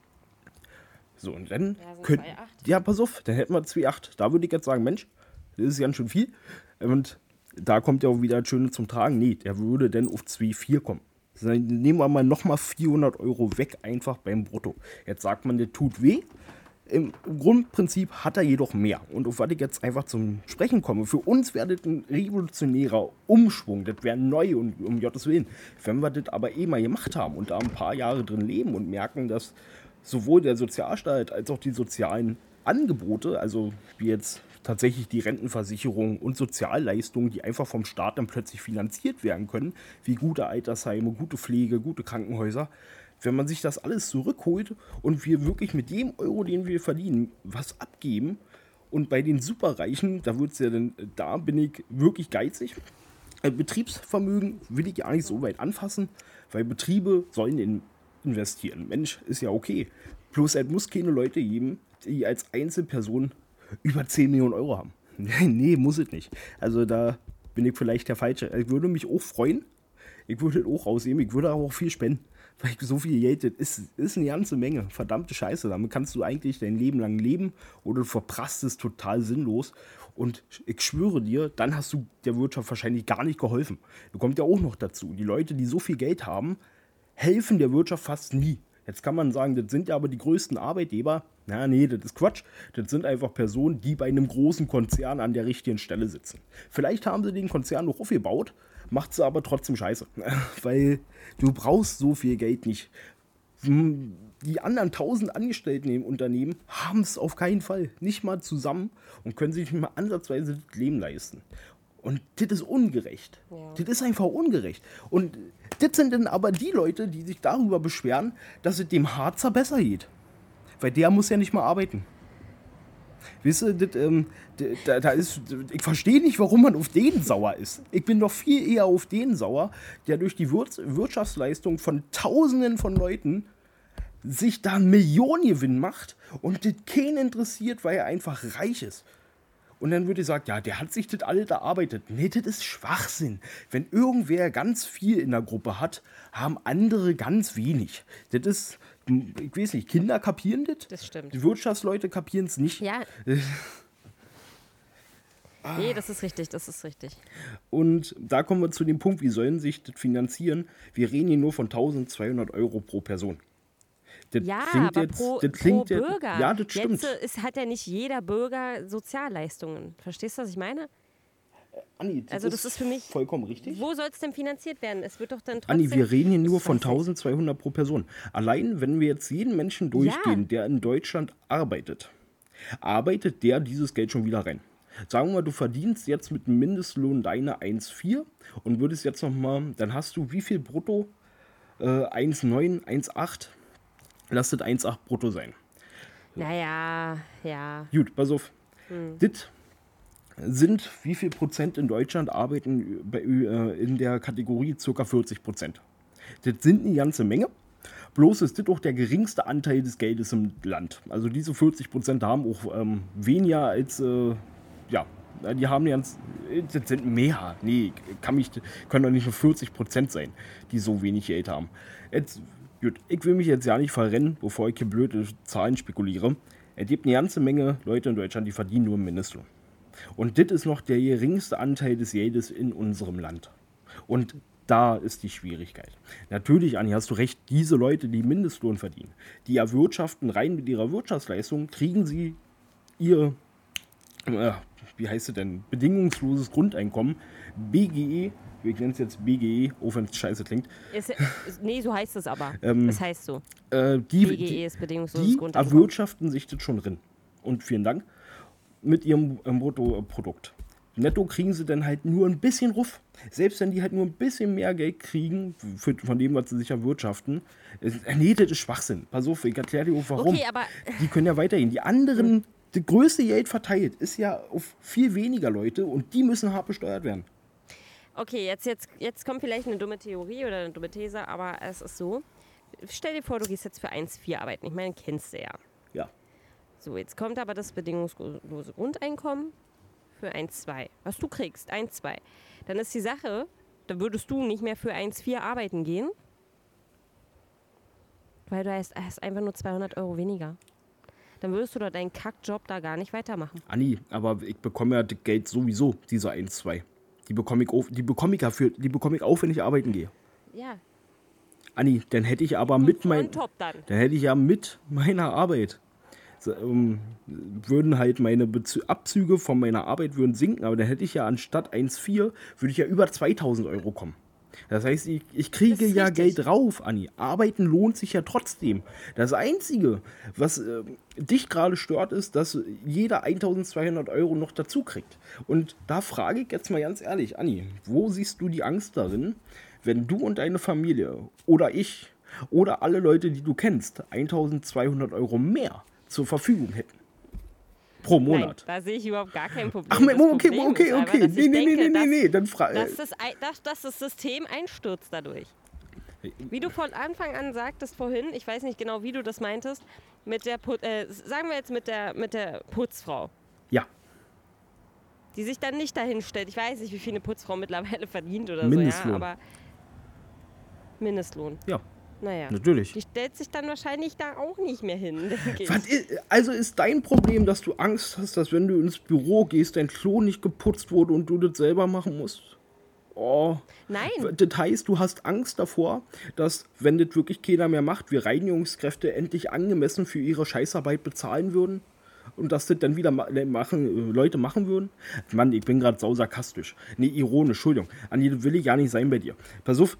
So, und dann ja, könnt, ja, pass auf, dann hätten wir zwei Komma acht. Da würde ich jetzt sagen, Mensch, das ist ganz schön viel. Und da kommt ja auch wieder das Schöne zum Tragen. Nee, der würde dann auf zwei Komma vier kommen. Dann nehmen wir mal nochmal vierhundert Euro weg, einfach beim Brutto. Jetzt sagt man, der tut weh. Im Grundprinzip hat er jedoch mehr. Und auf was ich jetzt einfach zum Sprechen komme, für uns wäre das ein revolutionärer Umschwung, das wäre neu und um Gottes Willen. Wenn wir das aber eh mal gemacht haben und da ein paar Jahre drin leben und merken, dass sowohl der Sozialstaat als auch die sozialen Angebote, also wie jetzt tatsächlich die Rentenversicherung und Sozialleistungen, die einfach vom Staat dann plötzlich finanziert werden können, wie gute Altersheime, gute Pflege, gute Krankenhäuser, wenn man sich das alles zurückholt und wir wirklich mit jedem Euro, den wir verdienen, was abgeben und bei den Superreichen, da wird's ja dann, da bin ich wirklich geizig. Betriebsvermögen will ich ja nicht so weit anfassen, weil Betriebe sollen in, investieren. Mensch, ist ja okay. Bloß es muss keine Leute geben, die als Einzelperson über zehn Millionen Euro haben. Nee, muss es nicht. Also da bin ich vielleicht der Falsche. Ich würde mich auch freuen. Ich würde es auch rausnehmen. Ich würde aber auch viel spenden. Weil so viel Geld, das ist, ist eine ganze Menge. Verdammte Scheiße. Damit kannst du eigentlich dein Leben lang leben oder du verprasst es total sinnlos. Und ich schwöre dir, dann hast du der Wirtschaft wahrscheinlich gar nicht geholfen. Da kommt ja auch noch dazu. Die Leute, die so viel Geld haben, helfen der Wirtschaft fast nie. Jetzt kann man sagen, das sind ja aber die größten Arbeitgeber. Na, nee, das ist Quatsch. Das sind einfach Personen, die bei einem großen Konzern an der richtigen Stelle sitzen. Vielleicht haben sie den Konzern noch aufgebaut, macht sie aber trotzdem scheiße. Weil du brauchst so viel Geld nicht. Die anderen tausend Angestellten im Unternehmen haben es auf keinen Fall. Nicht mal zusammen und können sich nicht mal ansatzweise das Leben leisten. Und das ist ungerecht. Ja. Das ist einfach ungerecht. Und das sind dann aber die Leute, die sich darüber beschweren, dass es dem Harzer besser geht. Weil der muss ja nicht mal arbeiten. Weißt du, das, ähm, da, da ist, ich verstehe nicht, warum man auf den sauer ist. Ich bin doch viel eher auf den sauer, der durch die Wirtschaftsleistung von Tausenden von Leuten sich da einen Millionengewinn macht und das keinen interessiert, weil er einfach reich ist. Und dann würde ich sagen, ja, der hat sich das alles erarbeitet. Nee, das ist Schwachsinn. Wenn irgendwer ganz viel in der Gruppe hat, haben andere ganz wenig. Das ist, ich weiß nicht, Kinder kapieren das? Das stimmt. Die Wirtschaftsleute kapieren es nicht. Ja. Nee, das ist richtig, das ist richtig. Und da kommen wir zu dem Punkt, wie sollen sich das finanzieren? Wir reden hier nur von eintausendzweihundert Euro pro Person. Das ja, aber jetzt, pro, das pro Bürger. Jetzt, ja, das stimmt. Jetzt ist, hat ja nicht jeder Bürger Sozialleistungen. Verstehst du, was ich meine? Äh, Anni, das, also das ist, ist für mich vollkommen richtig. Wo soll es denn finanziert werden? Es wird doch dann trotzdem... Anni, wir reden hier nur von eintausendzweihundert pro Person. Allein, wenn wir jetzt jeden Menschen durchgehen, ja. der in Deutschland arbeitet, arbeitet der dieses Geld schon wieder rein. Sagen wir mal, du verdienst jetzt mit dem Mindestlohn deine eins Komma vier und würdest jetzt nochmal, dann hast du wie viel brutto? Äh, eins Komma neun, eins Komma acht. Lass das eins Komma acht brutto sein. Naja, ja. Gut, pass auf. Hm. Das sind, wie viel Prozent in Deutschland arbeiten bei, äh, in der Kategorie ca. vierzig Prozent. Das sind eine ganze Menge. Bloß ist das auch der geringste Anteil des Geldes im Land. Also diese vierzig Prozent haben auch ähm, weniger als, äh, ja, die haben ganz, das sind mehr. Nee, kann mich, können doch nicht nur vierzig Prozent sein, die so wenig Geld haben. Jetzt, gut, ich will mich jetzt ja nicht verrennen, bevor ich hier blöde Zahlen spekuliere. Es gibt eine ganze Menge Leute in Deutschland, die verdienen nur im Mindestlohn. Und das ist noch der geringste Anteil des Geldes in unserem Land. Und da ist die Schwierigkeit. Natürlich, Anni, hast du recht, diese Leute, die Mindestlohn verdienen, die erwirtschaften rein mit ihrer Wirtschaftsleistung, kriegen sie ihr, äh, wie heißt es denn, bedingungsloses Grundeinkommen, B G E, wir nennen es jetzt B G E, auch wenn es scheiße klingt. Ist, ist, nee, so heißt es aber. Ähm, das heißt so. Äh, die, B G E die, ist bedingungsloses die Grundeinkommen. erwirtschaften sich das schon drin. Und vielen Dank. Mit ihrem äh, Bruttoprodukt. Netto kriegen sie dann halt nur ein bisschen Ruff. Selbst wenn die halt nur ein bisschen mehr Geld kriegen, für, von dem, was sie sich erwirtschaften. Ist, nee, das ist Schwachsinn. Pass auf, ich erkläre dir auch warum. Okay, aber Die können ja weitergehen. Die anderen, das größte Geld verteilt, ist ja auf viel weniger Leute und die müssen hart besteuert werden. Okay, jetzt, jetzt, jetzt kommt vielleicht eine dumme Theorie oder eine dumme These, aber es ist so. Stell dir vor, du gehst jetzt für eins Komma vier arbeiten. Ich meine, kennst du ja. Ja. So, jetzt kommt aber das bedingungslose Grundeinkommen für eins Komma zwei. Was du kriegst, eins Komma zwei. Dann ist die Sache, da würdest du nicht mehr für eins Komma vier arbeiten gehen, weil du hast, hast einfach nur zweihundert Euro weniger. Dann würdest du doch deinen Kackjob da gar nicht weitermachen. Anni, aber ich bekomme ja das Geld sowieso, diese eins Komma zwei. Die bekomme ich, auf, die bekomme ich, ja für, die bekomme ich auch, wenn ich arbeiten gehe. Ja. Anni, dann hätte ich aber mit mein, top dann. dann hätte ich ja mit meiner Arbeit so, ähm, würden halt meine Bezü- Abzüge von meiner Arbeit würden sinken, aber dann hätte ich ja anstatt eins Komma vier würde ich ja über zweitausend Euro kommen. Das heißt, ich, ich kriege ja richtig. Geld rauf, Anni. Arbeiten lohnt sich ja trotzdem. Das Einzige, was äh, dich gerade stört, ist, dass jeder eintausendzweihundert Euro noch dazu kriegt. Und da frage ich jetzt mal ganz ehrlich, Anni, wo siehst du die Angst darin, wenn du und deine Familie oder ich oder alle Leute, die du kennst, eintausendzweihundert Euro mehr zur Verfügung hätten? Pro Monat. Nein, da sehe ich überhaupt gar kein Problem. Ach, Das okay, Problem okay, ist okay. einfach, dass Nee, ich nee, nee, denke, nee, nee, dass- nee. Dann frage dass das, Ei- dass, dass das System einstürzt dadurch. Wie du von Anfang an sagtest vorhin, ich weiß nicht genau, wie du das meintest, mit der, Put- äh, sagen wir jetzt mit der, mit der Putzfrau, Ja, die sich dann nicht dahin stellt. Ich weiß nicht, wie viel eine Putzfrau mittlerweile verdient oder Mindestlohn. so, ja, aber Mindestlohn. ja, Naja. natürlich. Die stellt sich dann wahrscheinlich da auch nicht mehr hin, denke ich. Was ist, also ist dein Problem, dass du Angst hast, dass wenn du ins Büro gehst, dein Klo nicht geputzt wurde und du das selber machen musst? Oh. Nein. Das heißt, du hast Angst davor, dass, wenn das wirklich keiner mehr macht, wir Reinigungskräfte endlich angemessen für ihre Scheißarbeit bezahlen würden? Und dass das dann wieder ma- machen, Leute machen würden? Mann, ich bin gerade sausarkastisch. Nee, ironisch, Entschuldigung. Anni, das will ich gar nicht sein bei dir. Pass auf,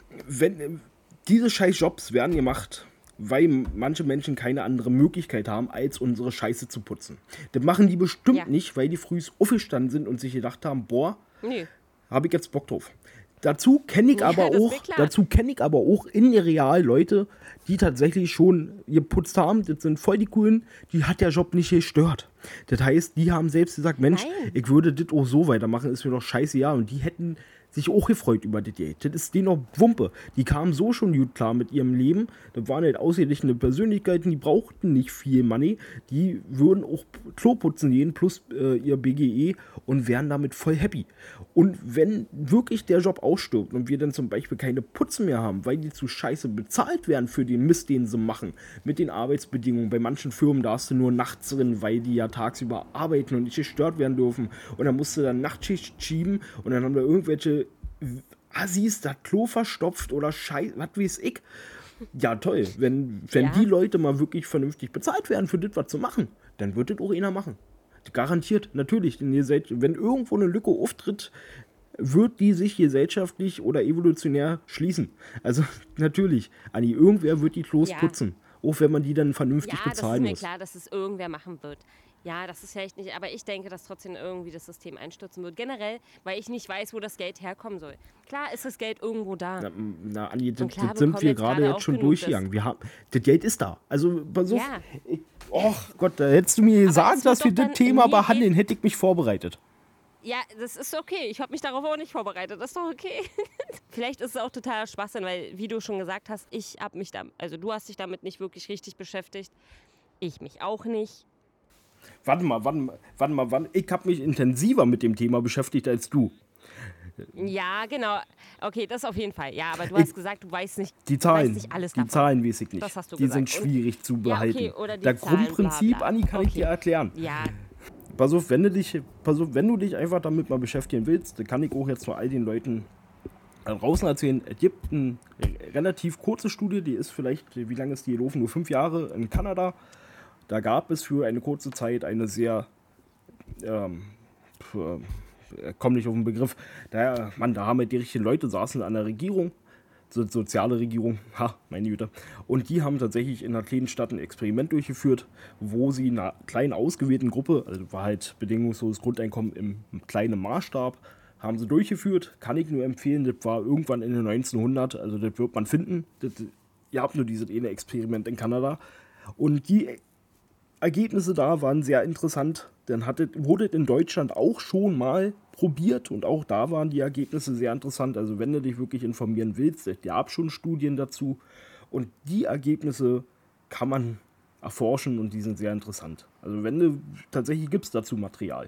wenn, diese scheiß Jobs werden gemacht, weil manche Menschen keine andere Möglichkeit haben, als unsere Scheiße zu putzen. Das machen die bestimmt Ja. nicht, weil die früh aufgestanden sind und sich gedacht haben, boah, Nö. habe ich jetzt Bock drauf. Dazu kenne ich Ja, aber das ist auch, mir klar. dazu kenne ich aber auch in der Real Leute, die tatsächlich schon geputzt haben. Das sind voll die coolen, die hat der Job nicht gestört. Das heißt, die haben selbst gesagt, Mensch, Nein. ich würde das auch so weitermachen, ist mir doch scheiße, ja. Und die hätten sich auch gefreut über das Geld. Das ist denen noch Wumpe. Die kamen so schon gut klar mit ihrem Leben. Das waren halt ausgeglichene Persönlichkeiten, die brauchten nicht viel Money. Die würden auch Klo putzen gehen, plus äh, ihr B G E und wären damit voll happy. Und wenn wirklich der Job ausstirbt und wir dann zum Beispiel keine Putzen mehr haben, weil die zu scheiße bezahlt werden für den Mist, den sie machen, mit den Arbeitsbedingungen. Bei manchen Firmen darfst du nur nachts drin, weil die ja tagsüber arbeiten und nicht gestört werden dürfen. Und dann musst du dann Nachtschicht schieben und dann haben wir irgendwelche Assis, das Klo verstopft oder Scheiße, was weiß ich. Ja, toll. Wenn, wenn Ja. die Leute mal wirklich vernünftig bezahlt werden für das, was zu machen, dann wird das auch einer machen. Garantiert, natürlich. Denn ihr seid, wenn irgendwo eine Lücke auftritt, wird die sich gesellschaftlich oder evolutionär schließen. Also natürlich, Anni, irgendwer wird die Klos Ja. putzen. Auch wenn man die dann vernünftig Ja, das ist bezahlen mir muss. klar, dass es irgendwer machen wird. Ja, das ist vielleicht nicht, aber ich denke, dass trotzdem irgendwie das System einstürzen wird. Generell, weil ich nicht weiß, wo das Geld herkommen soll. Klar ist das Geld irgendwo da. Na, na Anni, das, Und klar das sind bekommen wir jetzt gerade gerade jetzt auch schon genug durchgegangen. Wir haben, das Geld ist da. Also, pass auf. Ja. Ich, och Gott, da hättest du mir gesagt, es wird dass wir doch das dann- Thema nee, behandeln, hätte ich mich vorbereitet. Ja, das ist okay. Ich habe mich darauf auch nicht vorbereitet. Das ist doch okay. Vielleicht ist es auch totaler Schwachsinn, weil, wie du schon gesagt hast, ich habe mich da, also du hast dich damit nicht wirklich richtig beschäftigt. Ich mich auch nicht. Warte mal, warte mal, warte mal, warte. Ich habe mich intensiver mit dem Thema beschäftigt als du. Ja, genau. Okay, das auf jeden Fall. Ja, aber du Ich- hast gesagt, du weißt nicht, Die du Zahlen, weißt nicht alles die davon. Zahlen weiß ich nicht. Das hast du die gesagt. sind schwierig zu Ja, behalten. okay, oder die das Zahlen, bla, Grundprinzip, bla. Anni, kann ich Okay. dir erklären. Ja, Pass auf, wenn du dich, pass auf, wenn du dich einfach damit mal beschäftigen willst, dann kann ich auch jetzt zu all den Leuten da draußen erzählen. Es gibt eine relativ kurze Studie, die ist vielleicht, wie lange ist die gelaufen? Nur fünf Jahre in Kanada. Da gab es für eine kurze Zeit eine sehr, ähm, pf, äh, komme nicht auf den Begriff, da, Mann, da haben halt die richtigen Leute saßen an der Regierung, so, soziale Regierung, ha, meine Güte. Und die haben tatsächlich in einer kleinen Stadt ein Experiment durchgeführt, wo sie einer kleinen ausgewählten Gruppe, also war halt bedingungsloses Grundeinkommen im kleinen Maßstab, haben sie durchgeführt, kann ich nur empfehlen, das war irgendwann in den neunzehnhundert, also das wird man finden, das, ihr habt nur dieses eine Experiment in Kanada und die Ergebnisse da waren sehr interessant, dann hat es, wurde es in Deutschland auch schon mal probiert und auch da waren die Ergebnisse sehr interessant, also wenn du dich wirklich informieren willst, es gab schon Studien dazu und die Ergebnisse kann man erforschen und die sind sehr interessant, also wenn du, tatsächlich gibt es dazu Material.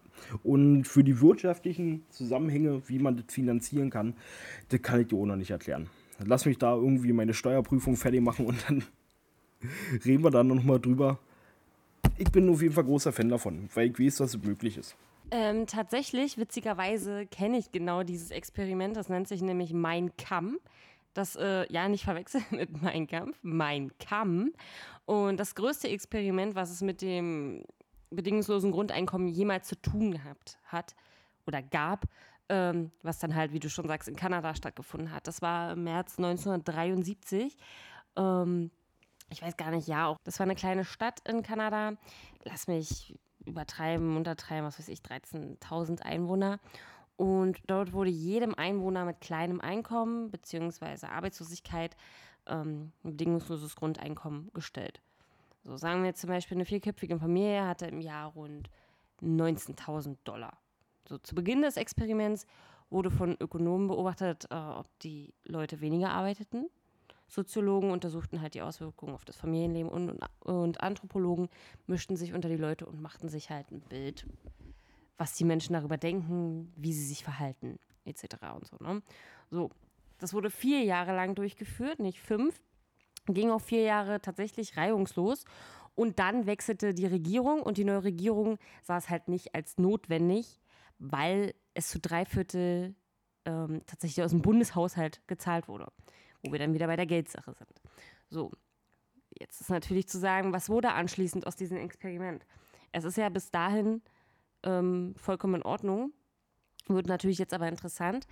Und für die wirtschaftlichen Zusammenhänge, wie man das finanzieren kann, das kann ich dir auch noch nicht erklären. Lass mich da irgendwie meine Steuerprüfung fertig machen und dann reden wir da nochmal drüber. Ich bin auf jeden Fall großer Fan davon, weil ich weiß, dass es möglich ist. Ähm, tatsächlich, witzigerweise, kenne ich genau dieses Experiment. Das nennt sich nämlich Mein Kamm. Das, äh, ja, nicht verwechseln mit Mein Kampf, Mein Kamm. Und das größte Experiment, was es mit dem bedingungslosen Grundeinkommen jemals zu tun gehabt hat oder gab, ähm, was dann halt, wie du schon sagst, in Kanada stattgefunden hat. Das war im März neunzehnhundertdreiundsiebzig. Ähm, ich weiß gar nicht, ja, auch. Das war eine kleine Stadt in Kanada. Lass mich übertreiben, untertreiben, was weiß ich, dreizehntausend Einwohner. Und dort wurde jedem Einwohner mit kleinem Einkommen bzw. Arbeitslosigkeit ähm, ein bedingungsloses Grundeinkommen gestellt. So, sagen wir jetzt zum Beispiel, eine vierköpfige Familie hatte im Jahr rund neunzehntausend Dollar. So, zu Beginn des Experiments wurde von Ökonomen beobachtet, äh, ob die Leute weniger arbeiteten. Soziologen untersuchten halt die Auswirkungen auf das Familienleben und, und, und Anthropologen mischten sich unter die Leute und machten sich halt ein Bild, was die Menschen darüber denken, wie sie sich verhalten, et cetera und so, ne? So, das wurde vier Jahre lang durchgeführt, nicht fünf. Ging auch vier Jahre tatsächlich reibungslos. Und dann wechselte die Regierung und die neue Regierung sah es halt nicht als notwendig, weil es zu drei Viertel ähm, tatsächlich aus dem Bundeshaushalt gezahlt wurde. Wo wir dann wieder bei der Geldsache sind. So, jetzt ist natürlich zu sagen, was wurde anschließend aus diesem Experiment? Es ist ja bis dahin ähm, vollkommen in Ordnung. Wird natürlich jetzt aber interessant.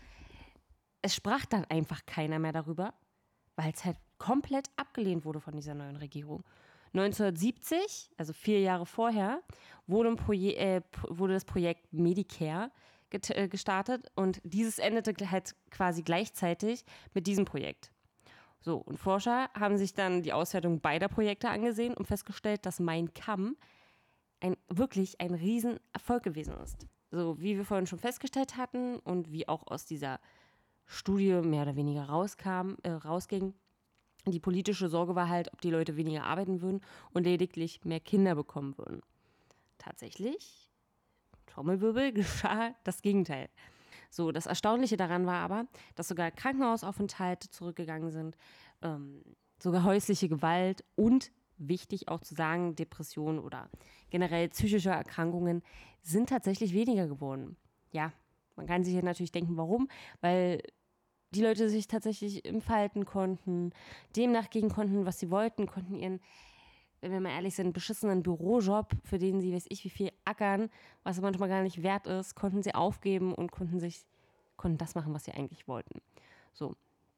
Es sprach dann einfach keiner mehr darüber, weil es halt komplett abgelehnt wurde von dieser neuen Regierung. neunzehnhundertsiebzig, also vier Jahre vorher, wurde, ein Proje- äh, wurde das Projekt Medicare get- äh, gestartet und dieses endete halt quasi gleichzeitig mit diesem Projekt. So, und Forscher haben sich dann die Auswertung beider Projekte angesehen und festgestellt, dass Mein Kamm ein, wirklich ein Riesenerfolg gewesen ist. So, wie wir vorhin schon festgestellt hatten und wie auch aus dieser Studie mehr oder weniger rauskam, äh, rausging, die politische Sorge war halt, ob die Leute weniger arbeiten würden und lediglich mehr Kinder bekommen würden. Tatsächlich, Trommelwirbel, geschah das Gegenteil. So, das Erstaunliche daran war aber, dass sogar Krankenhausaufenthalte zurückgegangen sind, ähm, sogar häusliche Gewalt und, wichtig auch zu sagen, Depressionen oder generell psychische Erkrankungen sind tatsächlich weniger geworden. Ja, man kann sich ja natürlich denken, warum, weil die Leute sich tatsächlich entfalten konnten, dem nachgehen konnten, was sie wollten, konnten ihren, wenn wir mal ehrlich sind, beschissenen Bürojob, für den sie, weiß ich, wie viel ackern, was manchmal gar nicht wert ist, konnten sie aufgeben und konnten sich, konnten das machen, was sie eigentlich wollten. So.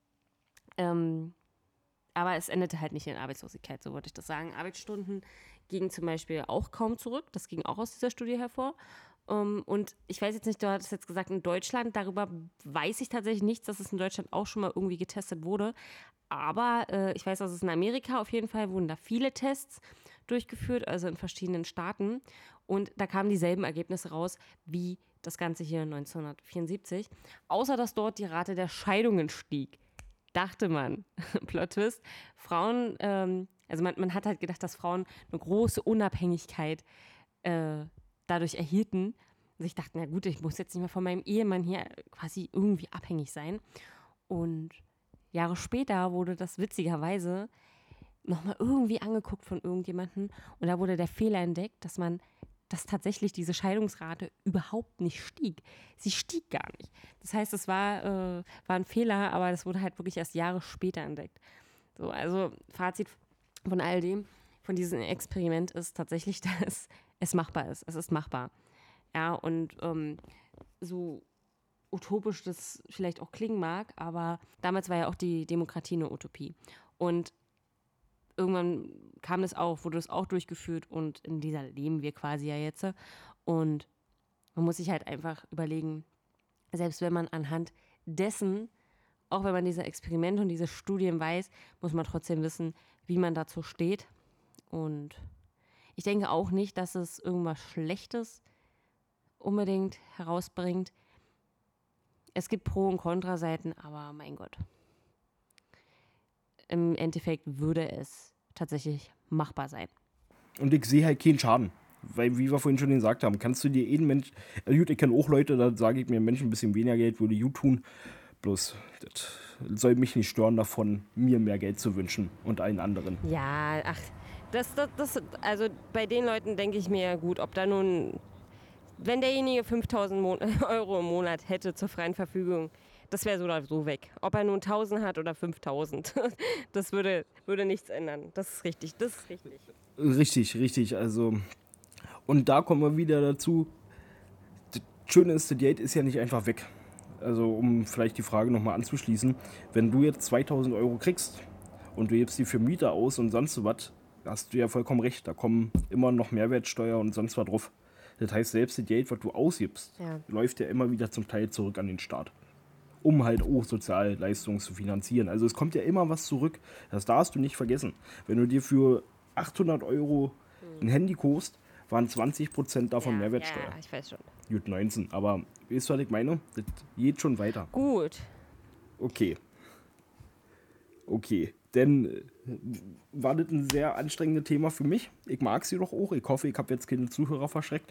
Ähm, aber es endete halt nicht in Arbeitslosigkeit, so wollte ich das sagen. Arbeitsstunden gingen zum Beispiel auch kaum zurück, das ging auch aus dieser Studie hervor. Um, und ich weiß jetzt nicht, du hattest jetzt gesagt, in Deutschland, darüber weiß ich tatsächlich nichts, dass es in Deutschland auch schon mal irgendwie getestet wurde. Aber äh, ich weiß, dass es in Amerika auf jeden Fall wurden da viele Tests durchgeführt, also in verschiedenen Staaten. Und da kamen dieselben Ergebnisse raus wie das Ganze hier neunzehnhundertvierundsiebzig. Außer, dass dort die Rate der Scheidungen stieg. Dachte man, Plot Twist, Frauen, ähm, also man, man hat halt gedacht, dass Frauen eine große Unabhängigkeit äh, dadurch erhielten. Und ich dachte, na gut, ich muss jetzt nicht mehr von meinem Ehemann hier quasi irgendwie abhängig sein. Und Jahre später wurde das witzigerweise nochmal irgendwie angeguckt von irgendjemandem und da wurde der Fehler entdeckt, dass man, dass tatsächlich diese Scheidungsrate überhaupt nicht stieg. Sie stieg gar nicht. Das heißt, es war, äh, war ein Fehler, aber das wurde halt wirklich erst Jahre später entdeckt. So, also Fazit von all dem, von diesem Experiment ist tatsächlich, dass es machbar ist. Es ist machbar. Ja, und ähm, so utopisch das vielleicht auch klingen mag, aber damals war ja auch die Demokratie eine Utopie. Und irgendwann kam das auch, wurde das auch durchgeführt und in dieser leben wir quasi ja jetzt. Und man muss sich halt einfach überlegen, selbst wenn man anhand dessen, auch wenn man diese Experimente und diese Studien weiß, muss man trotzdem wissen, wie man dazu steht. Und ich denke auch nicht, dass es irgendwas Schlechtes unbedingt herausbringt. Es gibt Pro- und Kontraseiten, aber mein Gott. Im Endeffekt würde es tatsächlich machbar sein. Und ich sehe halt keinen Schaden. Weil, wie wir vorhin schon gesagt haben, kannst du dir jeden Mensch, also gut, ich kenne auch Leute, da sage ich mir, Menschen ein bisschen weniger Geld würde gut tun. Bloß, das soll mich nicht stören davon, mir mehr Geld zu wünschen und allen anderen. Ja, ach, das, das, das, also bei den Leuten denke ich mir, gut, ob da nun, wenn derjenige fünftausend Mon- Euro im Monat hätte zur freien Verfügung, das wäre so oder so weg. Ob er nun tausend hat oder fünftausend, das würde, würde nichts ändern. Das ist richtig, das ist richtig. Richtig, richtig, also, und da kommen wir wieder dazu, das Schöne ist, das Geld ist ja nicht einfach weg. Also, um vielleicht die Frage nochmal anzuschließen, wenn du jetzt zweitausend Euro kriegst und du gibst die für Mieter aus und sonst was, hast du ja vollkommen recht, da kommen immer noch Mehrwertsteuer und sonst was drauf. Das heißt, selbst das Geld, was du ausgibst, Ja. läuft ja immer wieder zum Teil zurück an den Staat, um halt auch Sozialleistungen zu finanzieren. Also es kommt ja immer was zurück, das darfst du nicht vergessen. Wenn du dir für achthundert Euro ein Handy kaufst, waren zwanzig Prozent davon ja, Mehrwertsteuer. Ja, ich weiß schon. Gut, neunzehn, aber weißt du, was ich meine? Das geht schon weiter. Gut. Okay. Okay, denn äh, war das ein sehr anstrengendes Thema für mich. Ich mag sie doch auch. Ich hoffe, ich habe jetzt keine Zuhörer verschreckt.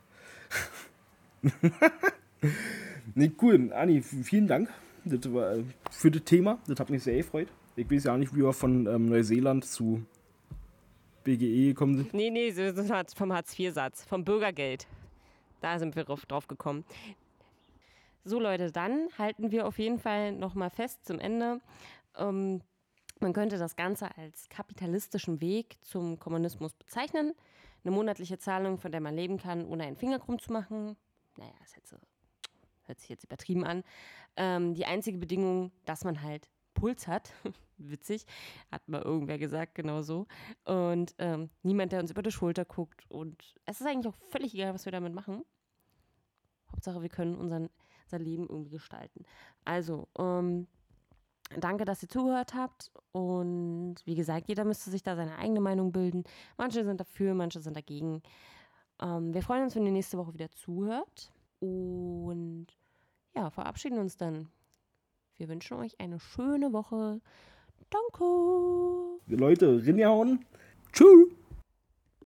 Nee, cool. Anni, vielen Dank das war, äh, für das Thema. Das hat mich sehr gefreut. Ich weiß ja nicht, wie wir von ähm, Neuseeland zu B G E gekommen sind. Nee, nee, so, so vom Hartz vier Satz, vom Bürgergeld. Da sind wir drauf, drauf gekommen. So Leute, dann halten wir auf jeden Fall nochmal fest zum Ende. Ähm, man könnte das Ganze als kapitalistischen Weg zum Kommunismus bezeichnen. Eine monatliche Zahlung, von der man leben kann, ohne einen Finger krumm zu machen. Naja, das hört, so, hört sich jetzt übertrieben an. Ähm, die einzige Bedingung, dass man halt Puls hat. Witzig, hat mal irgendwer gesagt, genau so. Und ähm, niemand, der uns über die Schulter guckt. Und es ist eigentlich auch völlig egal, was wir damit machen. Hauptsache, wir können unseren, unser Leben irgendwie gestalten. Also, ähm, danke, dass ihr zugehört habt. Und wie gesagt, jeder müsste sich da seine eigene Meinung bilden. Manche sind dafür, manche sind dagegen. Ähm, wir freuen uns, wenn ihr nächste Woche wieder zuhört. Und ja, verabschieden uns dann. Wir wünschen euch eine schöne Woche. Danke. Leute, rinjauen. Tschüss.